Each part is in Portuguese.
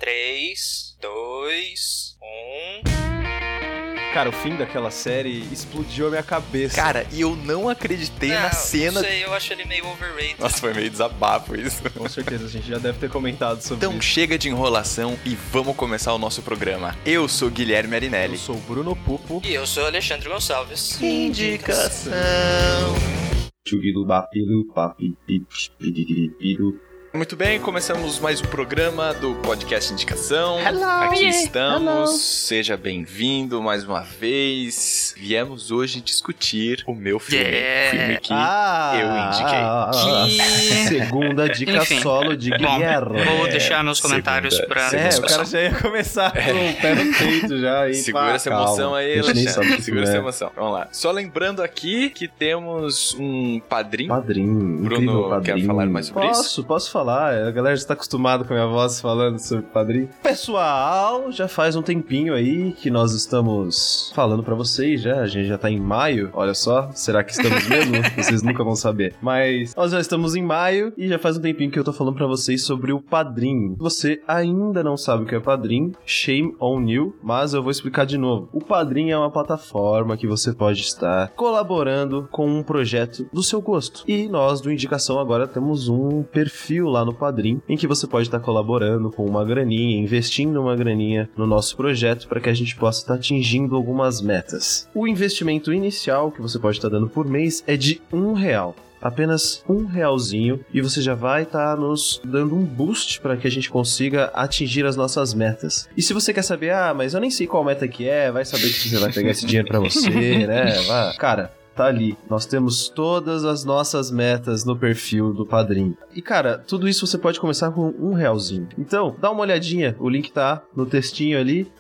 3, 2, 1... Cara, o fim daquela série explodiu a minha cabeça. Cara, e eu não acreditei na cena... Não sei, eu acho ele meio overrated. Nossa, foi meio desabafo isso. Com certeza, a gente já deve ter comentado sobre Então isso. chega de enrolação e vamos começar o nosso programa. Eu sou Guilherme Arinelli. Eu sou o Bruno Pupo. E eu sou Alexandre Gonçalves. Indicação. Muito bem, começamos mais um programa do podcast Indicação. Hello, Aqui yeah, estamos, hello. Seja bem-vindo mais uma vez. Viemos hoje discutir o meu filme, filme que eu indiquei. Segunda dica Enfim. solo de Guilherme. Vou deixar nos comentários pra... O cara já ia começar com o pé no peito já. Segura essa emoção aí, A gente nem sabe Alexandre. que Segura é. essa emoção. Vamos lá. Só lembrando aqui que temos um padrinho. Padrinho, Bruno, incrível padrinho. quer falar mais sobre isso? Posso falar. A galera já tá acostumada com a minha voz falando sobre padrinho. Pessoal, já faz um tempinho aí que nós estamos falando pra vocês já. A gente já tá em maio, olha só. Será que estamos mesmo? Vocês nunca vão saber. Mas nós já estamos em maio e já faz um tempinho que eu tô falando pra vocês sobre o Padrim. Se você ainda não sabe o que é Padrim, shame on you, mas eu vou explicar de novo. O Padrim é uma plataforma que você pode estar colaborando com um projeto do seu gosto. E nós do Indicação agora temos um perfil lá no Padrim, em que você pode estar colaborando com uma graninha, investindo uma graninha no nosso projeto para que a gente possa estar atingindo algumas metas. O investimento inicial que você pode estar dando por mês é de R$1. Apenas R$1 e você já vai estar nos dando um boost para que a gente consiga atingir as nossas metas. E se você quer saber, mas eu nem sei qual meta que é, vai saber que você vai pegar esse dinheiro para você, né? Cara, tá ali. Nós temos todas as nossas metas no perfil do Padrim. E, cara, tudo isso você pode começar com R$1. Então, dá uma olhadinha. O link tá no textinho ali.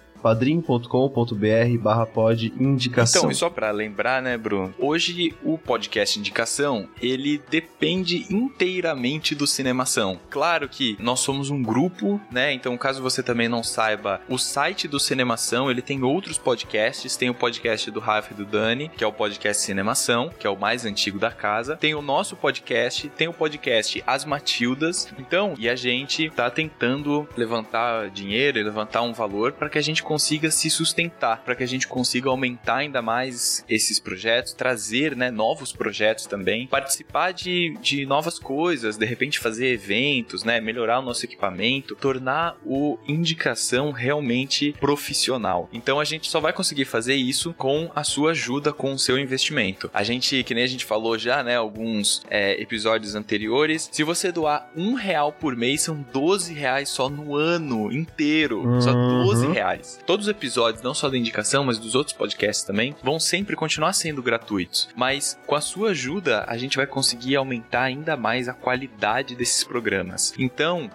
padrim.com.br/podindicação. Então, e só pra lembrar, né, Bruno? Hoje o podcast Indicação, ele depende inteiramente do Cinemação. Claro que nós somos um grupo, né? Então, caso você também não saiba, o site do Cinemação, ele tem outros podcasts. Tem o podcast do Rafa e do Dani, que é o podcast Cinemação, que é o mais antigo da casa. Tem o nosso podcast, tem o podcast As Matildas. Então, e a gente tá tentando levantar dinheiro e levantar um valor para que a gente consiga se sustentar, para que a gente consiga aumentar ainda mais esses projetos, trazer, né, novos projetos também, participar de novas coisas, de repente fazer eventos, né, melhorar o nosso equipamento, tornar o Indicação realmente profissional. Então a gente só vai conseguir fazer isso com a sua ajuda, com o seu investimento. A gente, que nem a gente falou já, né, alguns episódios anteriores, se você doar R$1 por mês, são R$12 só no ano inteiro, só R$12. Todos os episódios, não só da Indicação, mas dos outros podcasts também, vão sempre continuar sendo gratuitos. Mas com a sua ajuda, a gente vai conseguir aumentar ainda mais a qualidade desses programas. Então,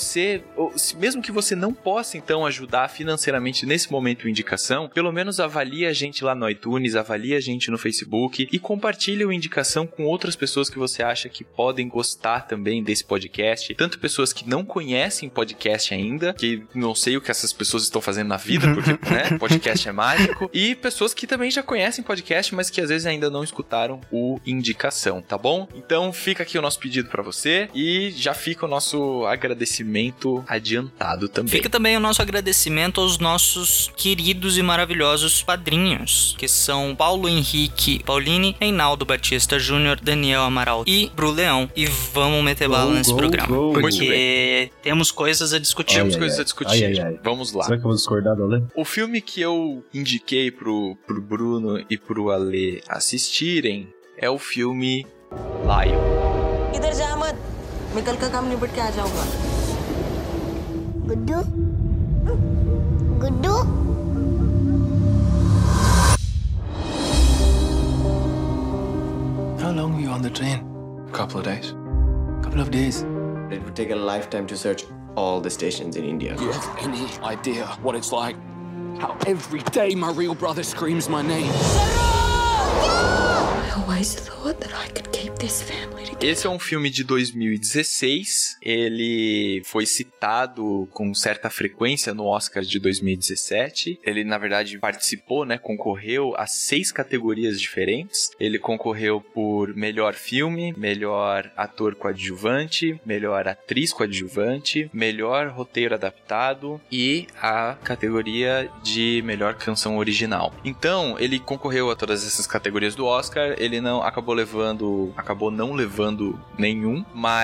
mesmo que você não possa, então, ajudar financeiramente nesse momento o Indicação, pelo menos avalie a gente lá no iTunes, avalie a gente no Facebook e compartilhe o Indicação com outras pessoas que você acha que podem gostar também desse podcast. Tanto pessoas que não conhecem podcast ainda, que não sei o que essas pessoas estão fazendo na vida, porque, né, podcast é mágico. E pessoas que também já conhecem podcast, mas que às vezes ainda não escutaram o Indicação, tá bom? Então fica aqui o nosso pedido pra você e já fica o nosso agradecimento adiantado também. Fica também o nosso agradecimento aos nossos queridos e maravilhosos padrinhos, que são Paulo Henrique Paulini, Reinaldo Batista Júnior, Daniel Amaral e Bru Leão. E vamos meter bala nesse programa, porque temos coisas a discutir. Temos coisas a discutir. Ai. Vamos lá. Será que eu vou discordar do Ale? O filme que eu indiquei pro Bruno e pro Ale assistirem é o filme Lion. इधर जा मत मैं कल का काम निपट के आ जाऊंगा गुड्डू गुड्डू How long were you on the train? A couple of days. Couple of days. It would take a lifetime to search all the stations in India. Do you have any idea what it's like? How every day my real brother screams my name. I always thought that I could keep this family together. Esse é um filme de 2016, ele foi citado com certa frequência no Oscar de 2017, ele na verdade participou, né, concorreu a 6 categorias diferentes, ele concorreu por melhor filme, melhor ator coadjuvante, melhor atriz coadjuvante, melhor roteiro adaptado e a categoria de melhor canção original. Então, ele concorreu a todas essas categorias do Oscar, ele não acabou não levando nenhum,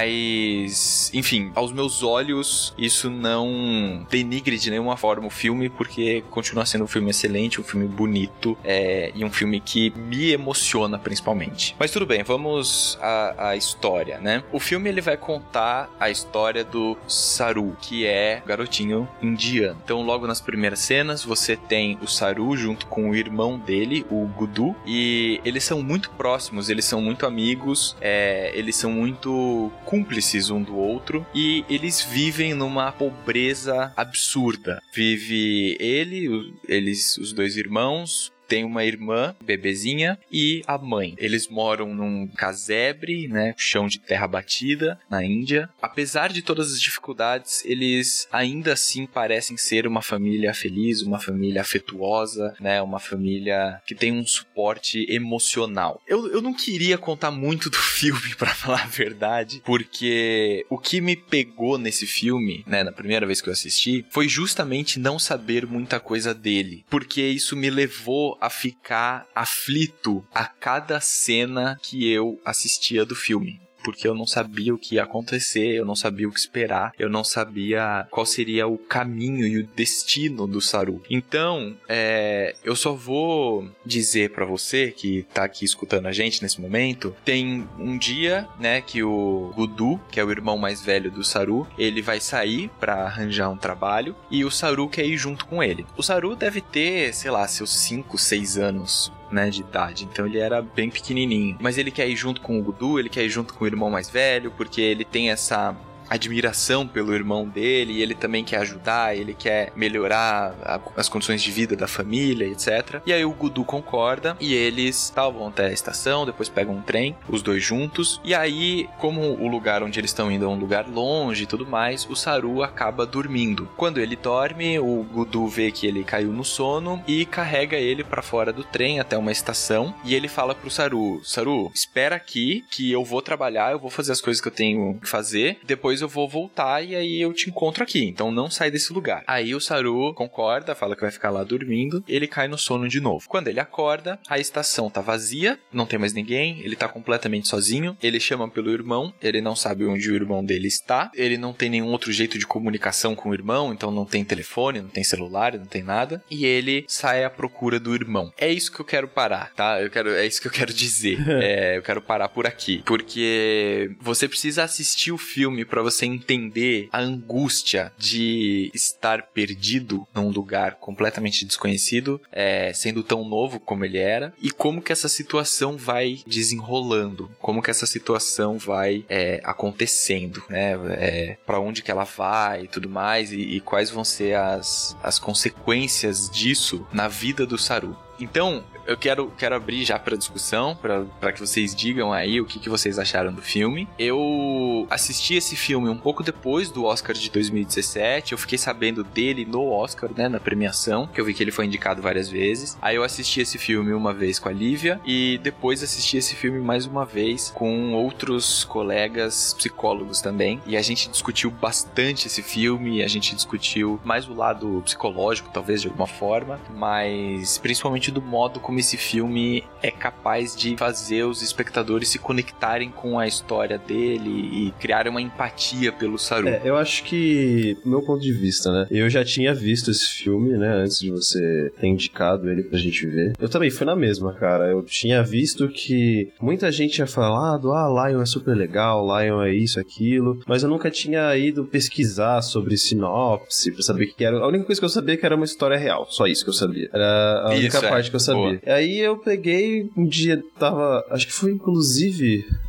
mas enfim, aos meus olhos isso não denigre de nenhuma forma o filme, porque continua sendo um filme excelente, um filme bonito, e um filme que me emociona principalmente. Mas tudo bem, vamos à história, né? O filme ele vai contar a história do Saru, que é um garotinho indiano. Então logo nas primeiras cenas você tem o Saru junto com o irmão dele, o Gudu, e eles são muito próximos, eles são muito amigos, eles são muito cúmplices um do outro e eles vivem numa pobreza absurda. Vive eles, os dois irmãos, tem uma irmã, bebezinha, e a mãe. Eles moram num casebre, né, chão de terra batida, na Índia. Apesar de todas as dificuldades, eles ainda assim parecem ser uma família feliz, uma família afetuosa, né, uma família que tem um suporte emocional. Eu não queria contar muito do filme, pra falar a verdade, porque o que me pegou nesse filme, né, na primeira vez que eu assisti, foi justamente não saber muita coisa dele, porque isso me levou a ficar aflito a cada cena que eu assistia do filme. Porque eu não sabia o que ia acontecer, eu não sabia o que esperar, eu não sabia qual seria o caminho e o destino do Saru. Então, eu só vou dizer pra você que tá aqui escutando a gente nesse momento, tem um dia, né, que o Gudu, que é o irmão mais velho do Saru, ele vai sair pra arranjar um trabalho e o Saru quer ir junto com ele. O Saru deve ter, sei lá, seus 5, 6 anos, né, de idade, então ele era bem pequenininho, mas ele quer ir junto com o Gudu, ele quer ir junto com o irmão mais velho, porque ele tem essa admiração pelo irmão dele, e ele também quer ajudar, ele quer melhorar as condições de vida da família, etc. E aí o Gudu concorda, e eles vão até a estação, depois pegam um trem, os dois juntos, e aí, como o lugar onde eles estão indo é um lugar longe e tudo mais, o Saru acaba dormindo. Quando ele dorme, o Gudu vê que ele caiu no sono e carrega ele pra fora do trem até uma estação, e ele fala pro Saru, espera aqui que eu vou trabalhar, eu vou fazer as coisas que eu tenho que fazer, depois eu vou voltar e aí eu te encontro aqui, então não sai desse lugar. Aí o Saru concorda, fala que vai ficar lá dormindo, ele cai no sono de novo. Quando ele acorda, a estação tá vazia, não tem mais ninguém, ele tá completamente sozinho, ele chama pelo irmão, ele não sabe onde o irmão dele está, ele não tem nenhum outro jeito de comunicação com o irmão, então não tem telefone, não tem celular, não tem nada, e ele sai à procura do irmão. É isso que eu quero parar, tá? É isso que eu quero dizer. Eu quero parar por aqui, porque você precisa assistir o filme pra você entender a angústia de estar perdido num lugar completamente desconhecido, sendo tão novo como ele era, e como que essa situação vai desenrolando, como que essa situação vai acontecendo, né? Pra onde que ela vai e tudo mais, e quais vão ser as consequências disso na vida do Saru. Então, eu quero abrir já pra discussão, pra que vocês digam aí o que vocês acharam do filme. Eu assisti esse filme um pouco depois do Oscar de 2017, eu fiquei sabendo dele no Oscar, né, na premiação, que eu vi que ele foi indicado várias vezes. Aí eu assisti esse filme uma vez com a Lívia, e depois assisti esse filme mais uma vez com outros colegas psicólogos também, e a gente discutiu bastante esse filme, a gente discutiu mais o lado psicológico, talvez, de alguma forma, mas principalmente do modo como esse filme é capaz de fazer os espectadores se conectarem com a história dele e criar uma empatia pelo Saru. Eu acho que, do meu ponto de vista, né, eu já tinha visto esse filme, né, antes de você ter indicado ele pra gente ver. Eu também fui na mesma, cara. Eu tinha visto que muita gente tinha falado, Lion é super legal, Lion é isso, aquilo, mas eu nunca tinha ido pesquisar sobre sinopse, pra saber o que era. A única coisa que eu sabia é que era uma história real, só isso que eu sabia. Era a única parte que eu sabia. Boa. E aí eu peguei um dia, acho que foi inclusive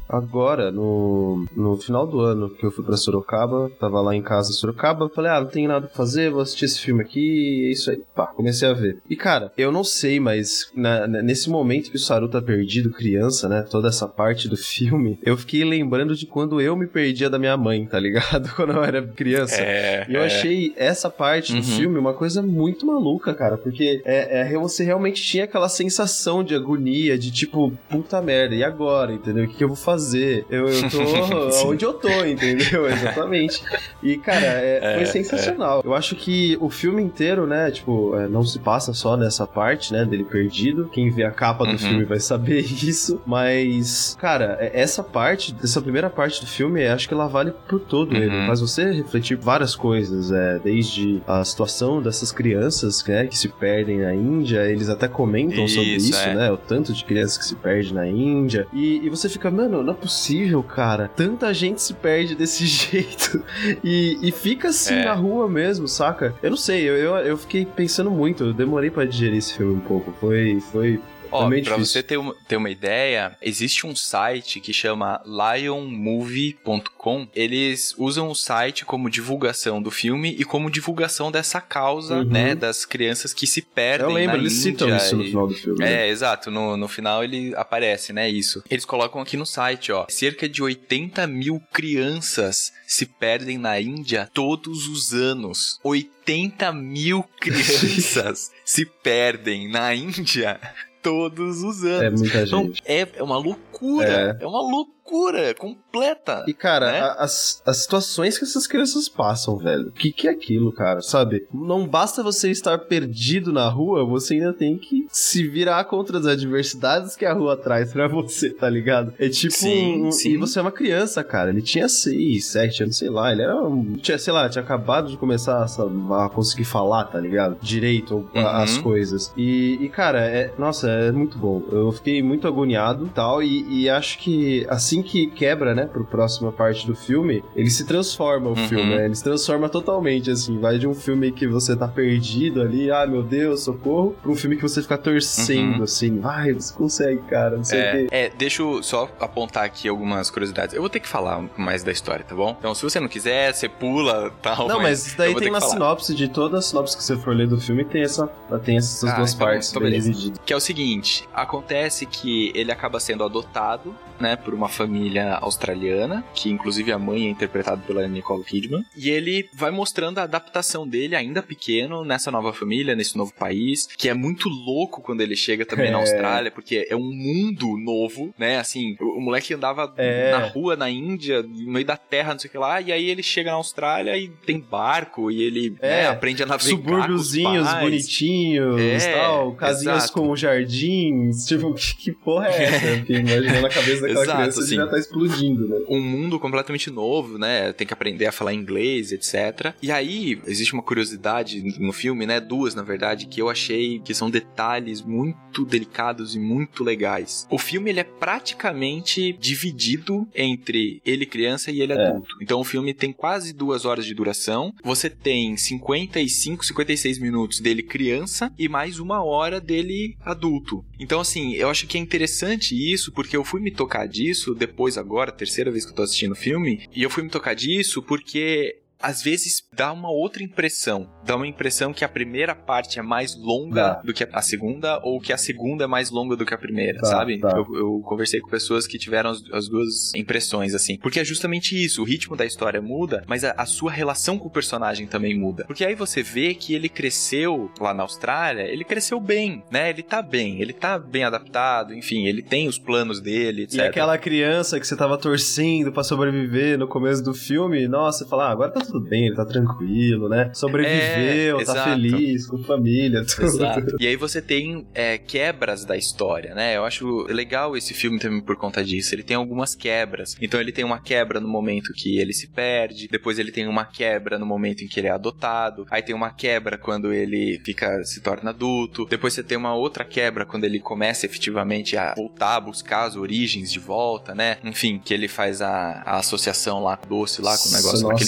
agora, no final do ano que eu fui pra Sorocaba, tava lá em casa em Sorocaba, falei, não tem nada pra fazer, vou assistir esse filme aqui, é isso aí. Pá, comecei a ver. E, cara, eu não sei, mas nesse momento que o Saru tá perdido, criança, né, toda essa parte do filme, eu fiquei lembrando de quando eu me perdia da minha mãe, tá ligado? Quando eu era criança. E eu achei essa parte do filme uma coisa muito maluca, cara, porque você realmente tinha aquela sensação de agonia, de tipo, puta merda, e agora, entendeu? O que eu vou fazer? Eu tô onde eu tô, entendeu? Exatamente. E, cara, foi sensacional. Eu acho que o filme inteiro, né, tipo, não se passa só nessa parte, né, dele perdido. Quem vê a capa do filme vai saber isso. Mas, cara, essa primeira parte do filme, acho que ela vale por todo ele. Faz você refletir várias coisas, desde a situação dessas crianças, né, que se perdem na Índia. Eles até comentam sobre isso, né, o tanto de crianças que se perdem na Índia. E você fica, mano, não é possível, cara. Tanta gente se perde desse jeito. E fica assim na rua mesmo, saca? Eu não sei, eu fiquei pensando muito. Eu demorei pra digerir esse filme um pouco. Foi pra você ter uma ideia, existe um site que chama lionmovie.com. Eles usam o site como divulgação do filme e como divulgação dessa causa, né, das crianças que se perdem. Eu lembro, eles citam isso no final do filme. Exato, no final ele aparece, né, isso. Eles colocam aqui no site, cerca de 80 mil crianças se perdem na Índia todos os anos. 80 mil crianças se perdem na Índia todos os anos. É muita gente. Então, é uma loucura. É uma loucura completa. E, cara, né? as situações que essas crianças passam, velho. O que é aquilo, cara? Sabe? Não basta você estar perdido na rua, você ainda tem que se virar contra as adversidades que a rua traz pra você, tá ligado? É tipo sim. E você é uma criança, cara. Ele tinha 6, 7 anos, sei lá. Ele era tinha acabado de começar a conseguir falar, tá ligado? Direito as coisas. E cara, nossa, é muito bom. Eu fiquei muito agoniado e tal, e acho que assim que quebra, né, pro próxima parte do filme, ele se transforma o filme, né? Ele se transforma totalmente, assim, vai de um filme que você tá perdido ali, meu Deus, socorro, pra um filme que você fica torcendo, assim, vai, você consegue, cara, não sei o quê. Deixa eu só apontar aqui algumas curiosidades. Eu vou ter que falar mais da história, tá bom? Então, se você não quiser, você pula, tal. Não, mas daí tem uma sinopse, de toda a sinopse que você for ler do filme, tem essas duas partes bem divididas. Que é o seguinte, acontece que ele acaba sendo adotado, né, por uma família australiana, que inclusive a mãe é interpretada pela Nicole Kidman, e ele vai mostrando a adaptação dele, ainda pequeno, nessa nova família, nesse novo país, que é muito louco quando ele chega também na Austrália, porque é um mundo novo, né, assim, o moleque andava na rua, na Índia, no meio da terra, não sei o que lá, e aí ele chega na Austrália e tem barco, e ele aprende a navegar subúrbiozinhos bonitinhos, tal, casinhas com jardins, tipo, que porra é essa? Imaginando a cabeça daquela criança, assim, já tá explodindo, né? Um mundo completamente novo, né? Tem que aprender a falar inglês, etc. E aí, existe uma curiosidade no filme, né? Duas, na verdade, que eu achei que são detalhes muito delicados e muito legais. O filme, ele é praticamente dividido entre ele criança e ele adulto. Então, o filme tem quase 2 horas de duração. Você tem 55, 56 minutos dele criança e mais 1 hora dele adulto. Então, assim, eu acho que é interessante isso, porque eu fui me tocar disso depois agora, terceira vez que eu tô assistindo o filme, e eu fui me tocar disso porque às vezes dá uma outra impressão. Dá uma impressão que a primeira parte é mais longa do que a segunda, ou que a segunda é mais longa do que a primeira, sabe? Eu conversei com pessoas que tiveram as duas impressões, assim. Porque é justamente isso, o ritmo da história muda, mas a sua relação com o personagem também muda. Porque aí você vê que ele cresceu lá na Austrália, ele cresceu bem, né? Ele tá bem adaptado, enfim, ele tem os planos dele, etc. E aquela criança que você tava torcendo pra sobreviver no começo do filme, nossa, você fala, agora tá tudo bem, ele tá tranquilo, né? Sobreviveu, tá feliz, com família, tudo. Exato. E aí você tem quebras da história, né? Eu acho legal esse filme também por conta disso. Ele tem algumas quebras. Então ele tem uma quebra no momento que ele se perde, depois ele tem uma quebra no momento em que ele é adotado, aí tem uma quebra quando ele se torna adulto, depois você tem uma outra quebra quando ele começa efetivamente a voltar a buscar as origens de volta, né? Enfim, que ele faz a associação lá com o doce, lá com o negócio lá que ele come.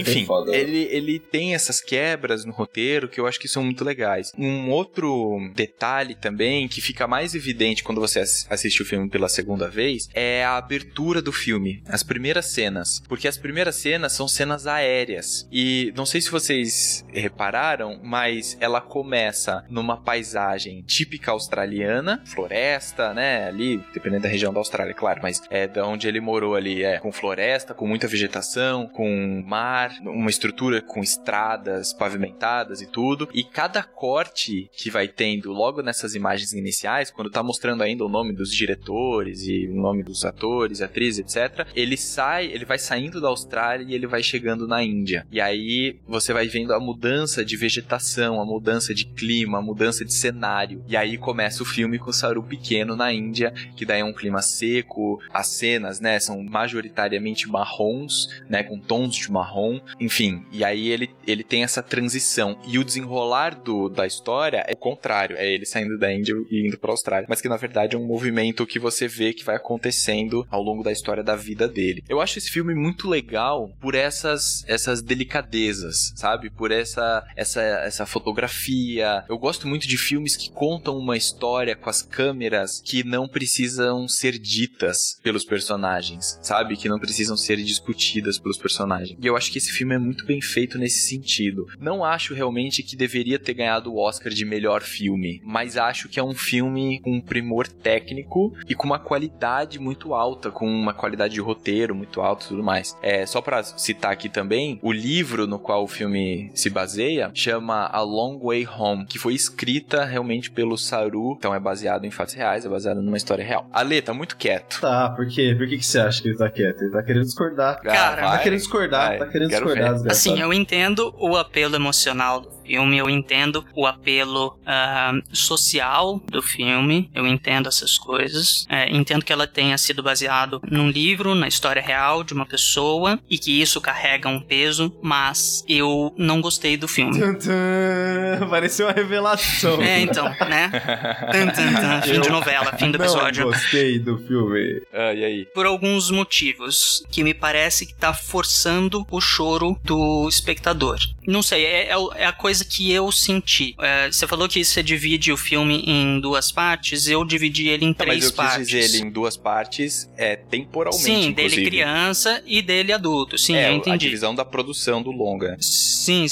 Enfim, foda. ele tem essas quebras no roteiro que eu acho que são muito legais. Um outro detalhe também que fica mais evidente quando você assiste o filme pela segunda vez é a abertura do filme, as primeiras cenas. Porque as primeiras cenas são cenas aéreas. E não sei se vocês repararam, mas ela começa numa paisagem típica australiana, floresta, né, ali, dependendo da região da Austrália, claro, mas é da onde ele morou ali, com floresta, com muita vegetação, com mar, uma estrutura com estradas pavimentadas e tudo, e cada corte que vai tendo logo nessas imagens iniciais, quando tá mostrando ainda o nome dos diretores e o nome dos atores, atrizes, etc, ele vai saindo da Austrália e ele vai chegando na Índia, e aí você vai vendo a mudança de vegetação, a mudança de clima, a mudança de cenário, e aí começa o filme com o Saru pequeno na Índia, que daí é um clima seco, as cenas, né, são majoritariamente marrons, né, com tons de marrom, enfim, e aí ele tem essa transição, e o desenrolar da história é o contrário, é ele saindo da Índia e indo pra Austrália, mas que na verdade é um movimento que você vê que vai acontecendo ao longo da história da vida dele. Eu acho esse filme muito legal por essas delicadezas, sabe, por essa fotografia. Eu gosto muito de filmes que contam uma história com as câmeras que não precisam ser ditas pelos personagens, sabe? Que não precisam ser discutidas pelos personagens. E eu acho que esse filme é muito bem feito nesse sentido. Não acho realmente que deveria ter ganhado o Oscar de melhor filme, mas acho que é um filme com um primor técnico e com uma qualidade muito alta, com uma qualidade de roteiro muito alta e tudo mais. Só pra citar aqui também, o livro no qual o filme se baseia chama A Long Way Home, que foi escrita realmente pelo Saru, então é baseado em fatos reais, é baseado numa história real. Ale, tá muito quieto. Tá, por quê? Por que você acha que ele tá quieto? Ele tá querendo discordar. Cara, tá querendo discordar, desgraçado. Assim, eu entendo o apelo emocional do filme, eu entendo o apelo social do filme, eu entendo essas coisas, entendo que ela tenha sido baseado num livro, na história real de uma pessoa, e que isso carrega um peso, mas eu não gostei do filme. Pareceu uma revelação. Então, né? Fim de novela, fim do episódio. Não gostei do filme. E aí? Por alguns motivos, que me parece que tá forçando o choro do espectador. Não sei, é a coisa que eu senti. Você falou que você divide o filme em duas partes, eu dividi ele em três partes. Mas eu quis dizer ele em duas partes, temporalmente, sim, inclusive. Dele criança e dele adulto, sim, eu entendi. A divisão da produção do longa. Sim.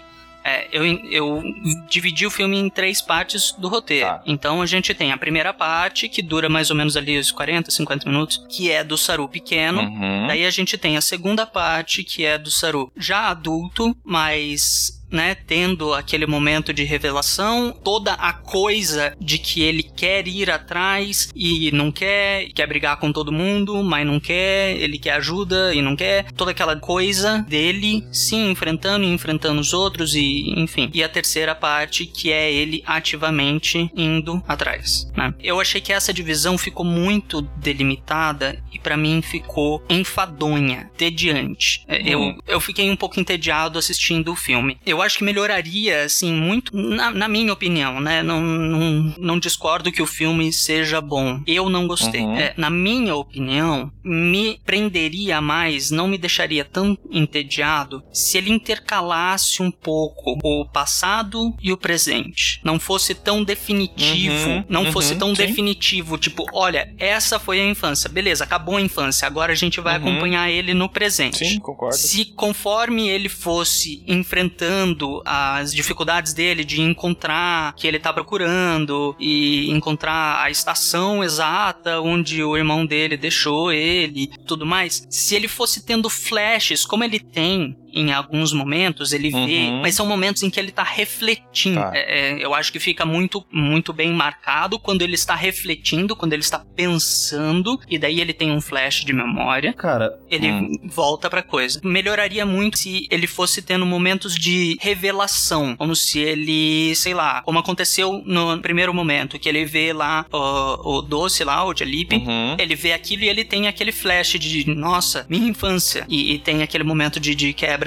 Eu dividi o filme em três partes do roteiro. Tá. Então a gente tem a primeira parte, que dura mais ou menos ali os 40, 50 minutos, que é do Saru pequeno. Uhum. Daí a gente tem a segunda parte, que é do Saru já adulto, mas... né, tendo aquele momento de revelação, toda a coisa de que ele quer ir atrás e não quer brigar com todo mundo, mas não quer, ele quer ajuda e não quer, toda aquela coisa dele se enfrentando e enfrentando os outros e enfim. E a terceira parte, que é ele ativamente indo atrás, né? Eu achei que essa divisão ficou muito delimitada e pra mim ficou enfadonha, entediante. Eu fiquei um pouco entediado assistindo o filme. Eu acho que melhoraria, assim, muito, na minha opinião, né? Não discordo que o filme seja bom. Eu não gostei. Na minha opinião, me prenderia mais, não me deixaria tão entediado se ele intercalasse um pouco o passado e o presente. Não fosse tão definitivo. Fosse tão definitivo. Tipo, olha, essa foi a infância. Beleza, acabou a infância. Agora a gente vai acompanhar ele no presente. Sim, concordo. Se conforme ele fosse enfrentando as dificuldades dele de encontrar o que ele tá procurando e encontrar a estação exata onde o irmão dele deixou ele e tudo mais, se ele fosse tendo flashes, como ele tem em alguns momentos, ele vê, mas são momentos em que ele tá refletindo. Tá. Eu acho que fica muito, muito bem marcado quando ele está refletindo, quando ele está pensando, e daí ele tem um flash de memória. Cara, ele volta pra coisa. Melhoraria muito se ele fosse tendo momentos de revelação, como se ele, sei lá, como aconteceu no primeiro momento, que ele vê lá o doce lá, o jalebi, ele vê aquilo e ele tem aquele flash de, nossa, minha infância, e tem aquele momento de quebra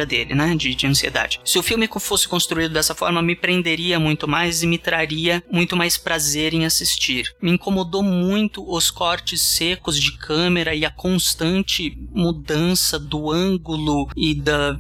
quebra dele, né, de ansiedade. Se o filme fosse construído dessa forma, me prenderia muito mais e me traria muito mais prazer em assistir. Me incomodou muito os cortes secos de câmera e a constante mudança do ângulo e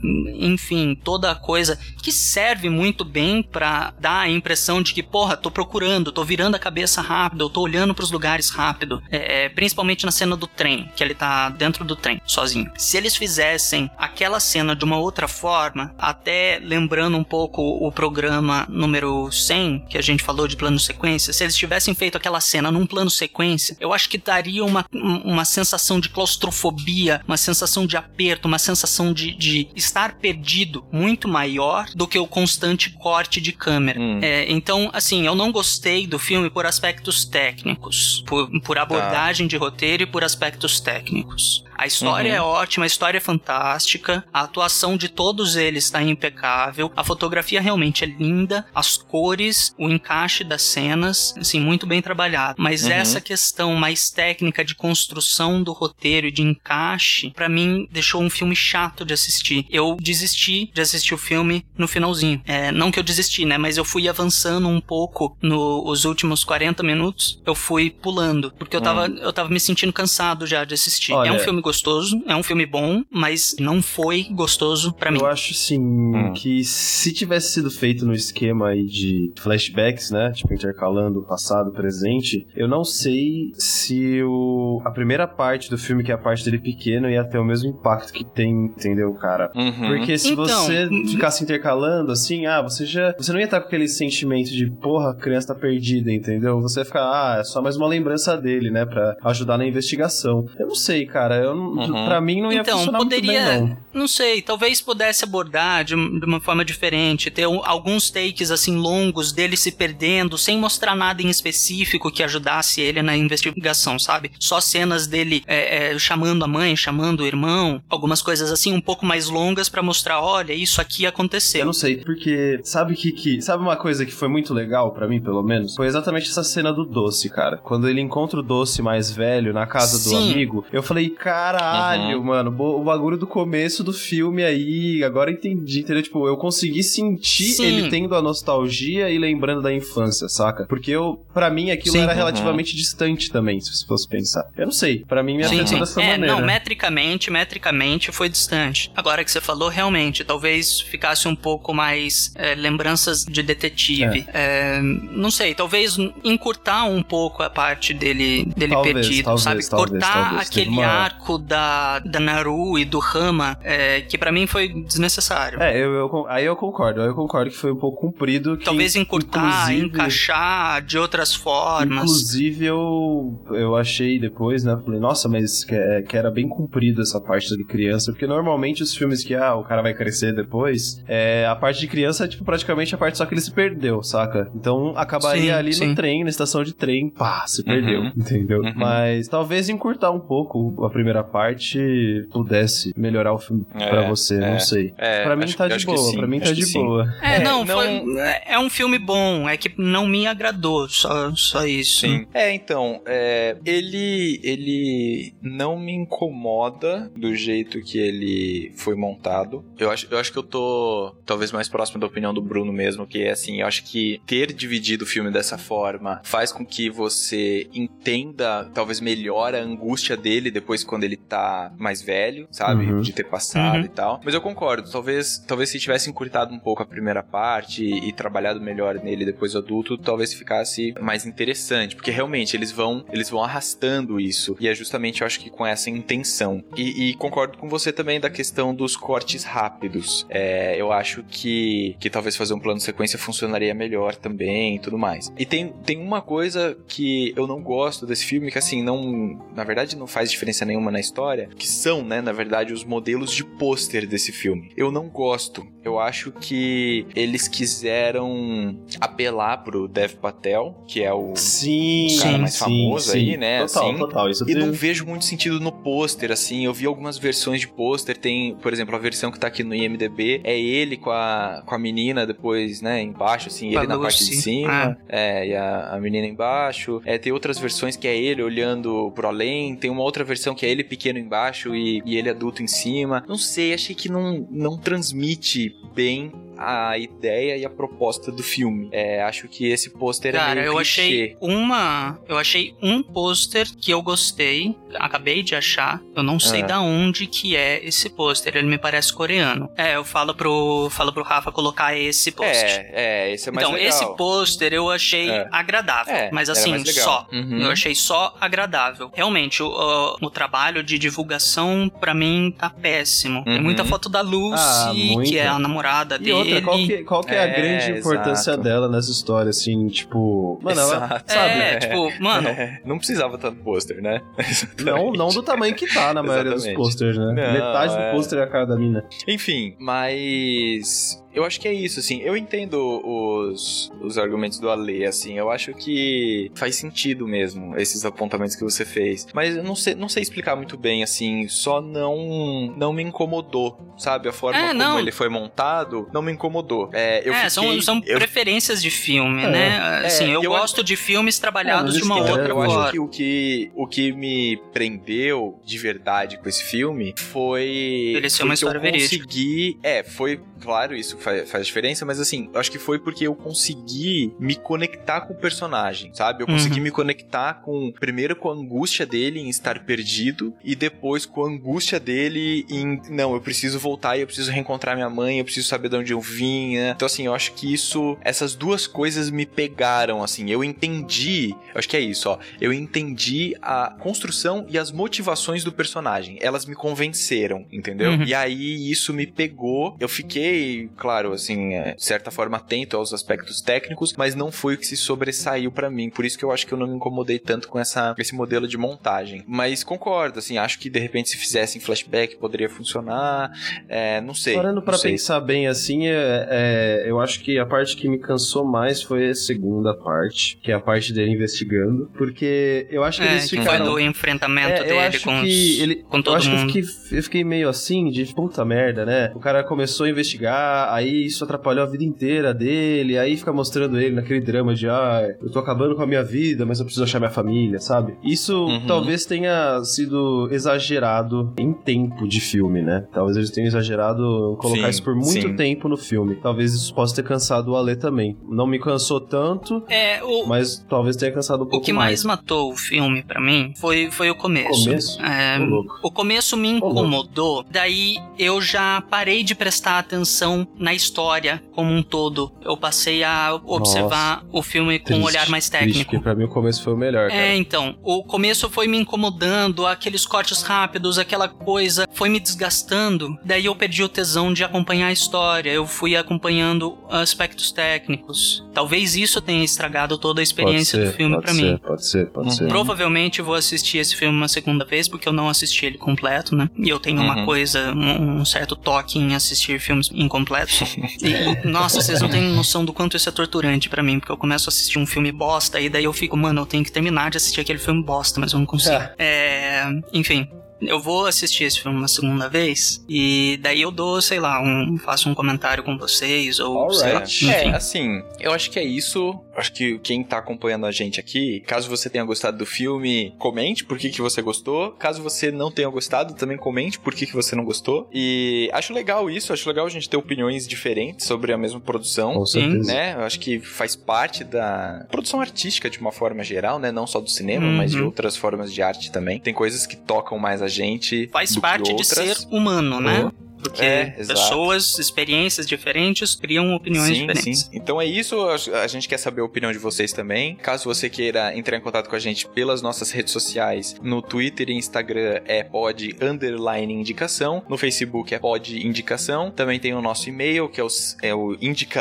enfim, toda a coisa que serve muito bem pra dar a impressão de que, porra, tô procurando, tô virando a cabeça rápido, eu tô olhando pros lugares rápido, principalmente na cena do trem, que ele tá dentro do trem, sozinho. Se eles fizessem aquela cena de uma outra forma, até lembrando um pouco o programa número 100, que a gente falou de plano sequência, se eles tivessem feito aquela cena num plano sequência, eu acho que daria uma sensação de claustrofobia, uma sensação de aperto, uma sensação de estar perdido muito maior do que o constante corte de câmera. Então, assim, eu não gostei do filme por aspectos técnicos, por abordagem de roteiro e por aspectos técnicos. A história é ótima, a história é fantástica, a atuação de todos eles está impecável, a fotografia realmente é linda, as cores, o encaixe das cenas, assim, muito bem trabalhado. Mas essa questão mais técnica de construção do roteiro e de encaixe, pra mim, deixou um filme chato de assistir. Eu desisti de assistir o filme no finalzinho. Não que eu desisti, né, mas eu fui avançando um pouco nos últimos 40 minutos, eu fui pulando, porque eu tava me sentindo cansado já de assistir. Olha, é um filme gostoso, é um filme bom, mas não foi gostoso pra mim. Eu acho, sim, que se tivesse sido feito no esquema aí de flashbacks, né, tipo, intercalando passado, presente, eu não sei se a primeira parte do filme, que é a parte dele pequeno, ia ter o mesmo impacto que tem, entendeu, cara? Porque se você ficasse intercalando, assim, você não ia estar com aquele sentimento de, porra, a criança tá perdida, entendeu? Você ia ficar, é só mais uma lembrança dele, né, pra ajudar na investigação. Eu não sei, cara, pra mim não ia funcionar muito bem, não sei, talvez pudesse abordar de uma forma diferente, ter alguns takes, assim, longos dele se perdendo, sem mostrar nada em específico que ajudasse ele na investigação, sabe? Só cenas dele chamando a mãe, chamando o irmão, algumas coisas assim, um pouco mais longas pra mostrar, olha, isso aqui aconteceu. Eu não sei, porque sabe uma coisa que foi muito legal pra mim, pelo menos? Foi exatamente essa cena do Doce, cara. Quando ele encontra o Doce mais velho na casa do amigo, eu falei, caralho, mano, o bagulho do começo do filme aí, agora entendi, entendeu? Tipo, eu consegui sentir ele tendo a nostalgia e lembrando da infância, saca? Porque pra mim aquilo era relativamente distante também, se você fosse pensar. Eu não sei, pra mim me afetou dessa maneira. Não, metricamente foi distante. Agora que você falou, realmente, talvez ficasse um pouco mais lembranças de detetive. Não sei, talvez encurtar um pouco a parte dele perdido, sabe? Cortar aquele arco da Naru e do Rama, que pra mim foi desnecessário. Aí eu concordo que foi um pouco comprido. Talvez encurtar, encaixar de outras formas. Inclusive eu achei depois, né, falei, nossa, mas que era bem comprido essa parte de criança, porque normalmente os filmes que, o cara vai crescer depois, a parte de criança é, tipo, praticamente a parte só que ele se perdeu, saca? Então acabaria ali no trem, na estação de trem, pá, se perdeu, entendeu? Mas talvez encurtar um pouco a primeira parte pudesse melhorar o filme pra você, não sei. Pra mim tá de boa, pra mim tá de boa. É um filme bom, é que não me agradou, só isso. Sim. Então, ele não me incomoda do jeito que ele foi montado. Eu acho que eu tô talvez mais próximo da opinião do Bruno mesmo, que é assim, eu acho que ter dividido o filme dessa forma faz com que você entenda talvez melhor a angústia dele depois quando ele tá mais velho, sabe? De ter passado e tal. Mas eu concordo, talvez se tivesse encurtado um pouco a primeira parte e trabalhado melhor nele depois adulto, talvez ficasse mais interessante, porque realmente eles vão arrastando isso, e é justamente, eu acho que com essa intenção. E concordo com você também da questão dos cortes rápidos. Eu acho que talvez fazer um plano de sequência funcionaria melhor também e tudo mais. E tem uma coisa que eu não gosto desse filme, que assim, na verdade não faz diferença nenhuma na história, que são, né, na verdade, os modelos de pôster desse filme. Eu não gosto. Eu acho que eles quiseram apelar pro Dev Patel, que é o cara mais famoso aí, né? Total. Isso e não vejo muito sentido no pôster, assim. Eu vi algumas versões de pôster, tem, por exemplo, a versão que tá aqui no IMDb, é ele com a menina depois, né, embaixo, assim, ele na parte de cima, e a menina embaixo. Tem outras versões que é ele olhando pro além, tem uma outra versão que é ele pequeno embaixo e ele adulto em cima. não sei, achei que não transmite bem a ideia e a proposta do filme. Acho que esse pôster é meio clichê. Eu achei um pôster que eu gostei, acabei de achar, eu não sei da onde que é esse pôster, ele me parece coreano. Eu falo pro Rafa colocar esse pôster. Esse é mais então, legal. Esse pôster eu achei agradável, mas assim, só. Eu achei só agradável. Realmente, o trabalho de divulgação, pra mim, tá péssimo. Tem muita foto da Lucy, que é a namorada dele. Outra, qual que é a grande importância dela nessa história, assim, tipo... Mano, ela, sabe? Tipo, mano... Não precisava tanto pôster, né? Não do tamanho que tá na maioria dos posters, né? Não, metade do pôster é a cara da mina. Enfim, mas... eu acho que é isso, assim. Eu entendo os argumentos do Ale, assim. Eu acho que faz sentido mesmo, esses apontamentos que você fez. Mas eu não sei explicar muito bem, assim. Só não me incomodou, sabe? A forma como ele foi montado não me incomodou. São preferências de filme, né? Assim, eu gosto de filmes trabalhados de uma outra eu forma. acho que o que me prendeu de verdade com esse filme foi... ele ser uma história verídica. Foi... claro, isso faz diferença, mas assim, eu acho que foi porque eu consegui me conectar com o personagem, sabe? Eu consegui me conectar primeiro com a angústia dele em estar perdido, e depois com a angústia dele em, não, eu preciso voltar e eu preciso reencontrar minha mãe, eu preciso saber de onde eu vim, né? Então assim, eu acho que essas duas coisas me pegaram, assim, eu acho que é isso, ó, eu entendi a construção e as motivações do personagem, elas me convenceram, entendeu? E aí isso me pegou, eu fiquei, claro, assim, de certa forma atento aos aspectos técnicos, mas não foi o que se sobressaiu pra mim, por isso que eu acho que eu não me incomodei tanto com esse modelo de montagem. Mas concordo, assim, acho que de repente se fizesse em flashback poderia funcionar, não sei. Parando pra pensar bem, assim, eu acho que a parte que me cansou mais foi a segunda parte, que é a parte dele investigando, porque eu acho que eles ficaram... foi do enfrentamento dele com todo mundo. Eu fiquei meio assim, de puta merda, né? O cara começou a investigar, aí isso atrapalhou a vida inteira dele, aí fica mostrando ele naquele drama de eu tô acabando com a minha vida, mas eu preciso achar minha família, sabe? Isso talvez tenha sido exagerado em tempo de filme, né? Talvez eles tenham exagerado em colocar isso por muito tempo no filme. Talvez isso possa ter cansado o Ale também. Não me cansou tanto, mas talvez tenha cansado um pouco mais. O que mais matou o filme pra mim foi o começo. O começo me incomodou, daí eu já parei de prestar atenção na história como um todo. Eu passei a observar o filme com um olhar mais técnico. Porque pra mim o começo foi o melhor, cara. Então, o começo foi me incomodando, aqueles cortes rápidos, aquela coisa, foi me desgastando. Daí eu perdi o tesão de acompanhar a história, eu fui acompanhando aspectos técnicos. Talvez isso tenha estragado toda a experiência do filme pra mim. Pode ser. Provavelmente vou assistir esse filme uma segunda vez, porque eu não assisti ele completo, né? E eu tenho uma coisa, um certo toque em assistir filmes incompletos. Nossa, vocês não têm noção do quanto isso é torturante pra mim, porque eu começo a assistir um filme bosta e daí eu fico, mano, eu tenho que terminar de assistir aquele filme bosta, mas eu não consigo. Enfim, eu vou assistir esse filme uma segunda vez e daí eu dou, sei lá, faço um comentário com vocês ou sei lá, enfim. Assim, eu acho que é isso. Acho que quem tá acompanhando a gente aqui, caso você tenha gostado do filme, comente por que você gostou. Caso você não tenha gostado, também comente por que você não gostou. E acho legal isso, acho legal a gente ter opiniões diferentes sobre a mesma produção. Com certeza. Né? Eu acho que faz parte da produção artística de uma forma geral, né? Não só do cinema, mas de outras formas de arte também. Tem coisas que tocam mais a gente. Faz parte de ser humano, né? Porque exato. Pessoas, experiências diferentes criam opiniões diferentes. Sim. Então é isso, a gente quer saber a opinião de vocês também. Caso você queira entrar em contato com a gente pelas nossas redes sociais, no Twitter e Instagram é pod_indicação, no Facebook é podindicação, também tem o nosso e-mail que é o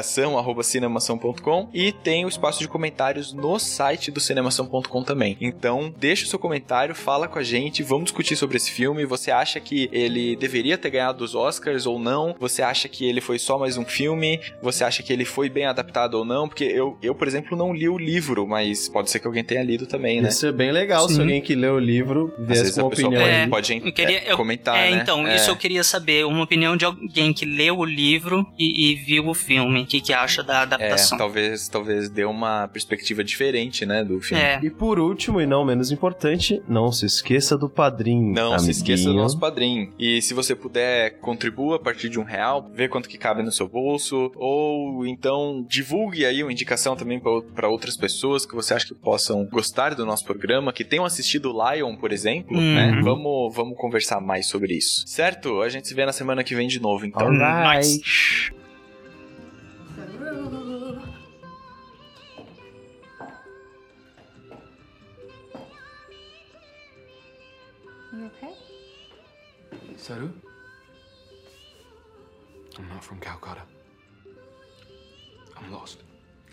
indicação@cinemação.com e tem o espaço de comentários no site do cinemação.com também. Então deixa o seu comentário, fala com a gente, vamos discutir sobre esse filme. Você acha que ele deveria ter ganhado os Oscars? Oscars ou não? Você acha que ele foi só mais um filme? Você acha que ele foi bem adaptado ou não? Porque eu por exemplo, não li o livro, mas pode ser que alguém tenha lido também, né? Isso é bem legal, se alguém que leu o livro viesse com uma opinião. Pode comentar, né? Então, isso eu queria saber, uma opinião de alguém que leu o livro e viu o filme. O que acha da adaptação? Talvez dê uma perspectiva diferente, né, do filme. E por último, e não menos importante, não se esqueça do padrinho. Não se esqueça do nosso padrinho. E se você puder, contribua a partir de R$1, vê quanto que cabe no seu bolso, ou então divulgue aí uma indicação também para outras pessoas que você acha que possam gostar do nosso programa, que tenham assistido Lion, por exemplo, né? Vamos conversar mais sobre isso. Certo? A gente se vê na semana que vem de novo, então. Alright. You okay? Saru? I'm not from Calcutta. I'm lost.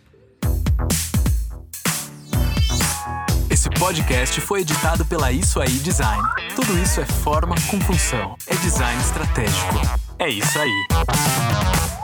Esse podcast foi editado pela Isso Aí Design. Tudo isso é forma com função. É design estratégico. É isso aí.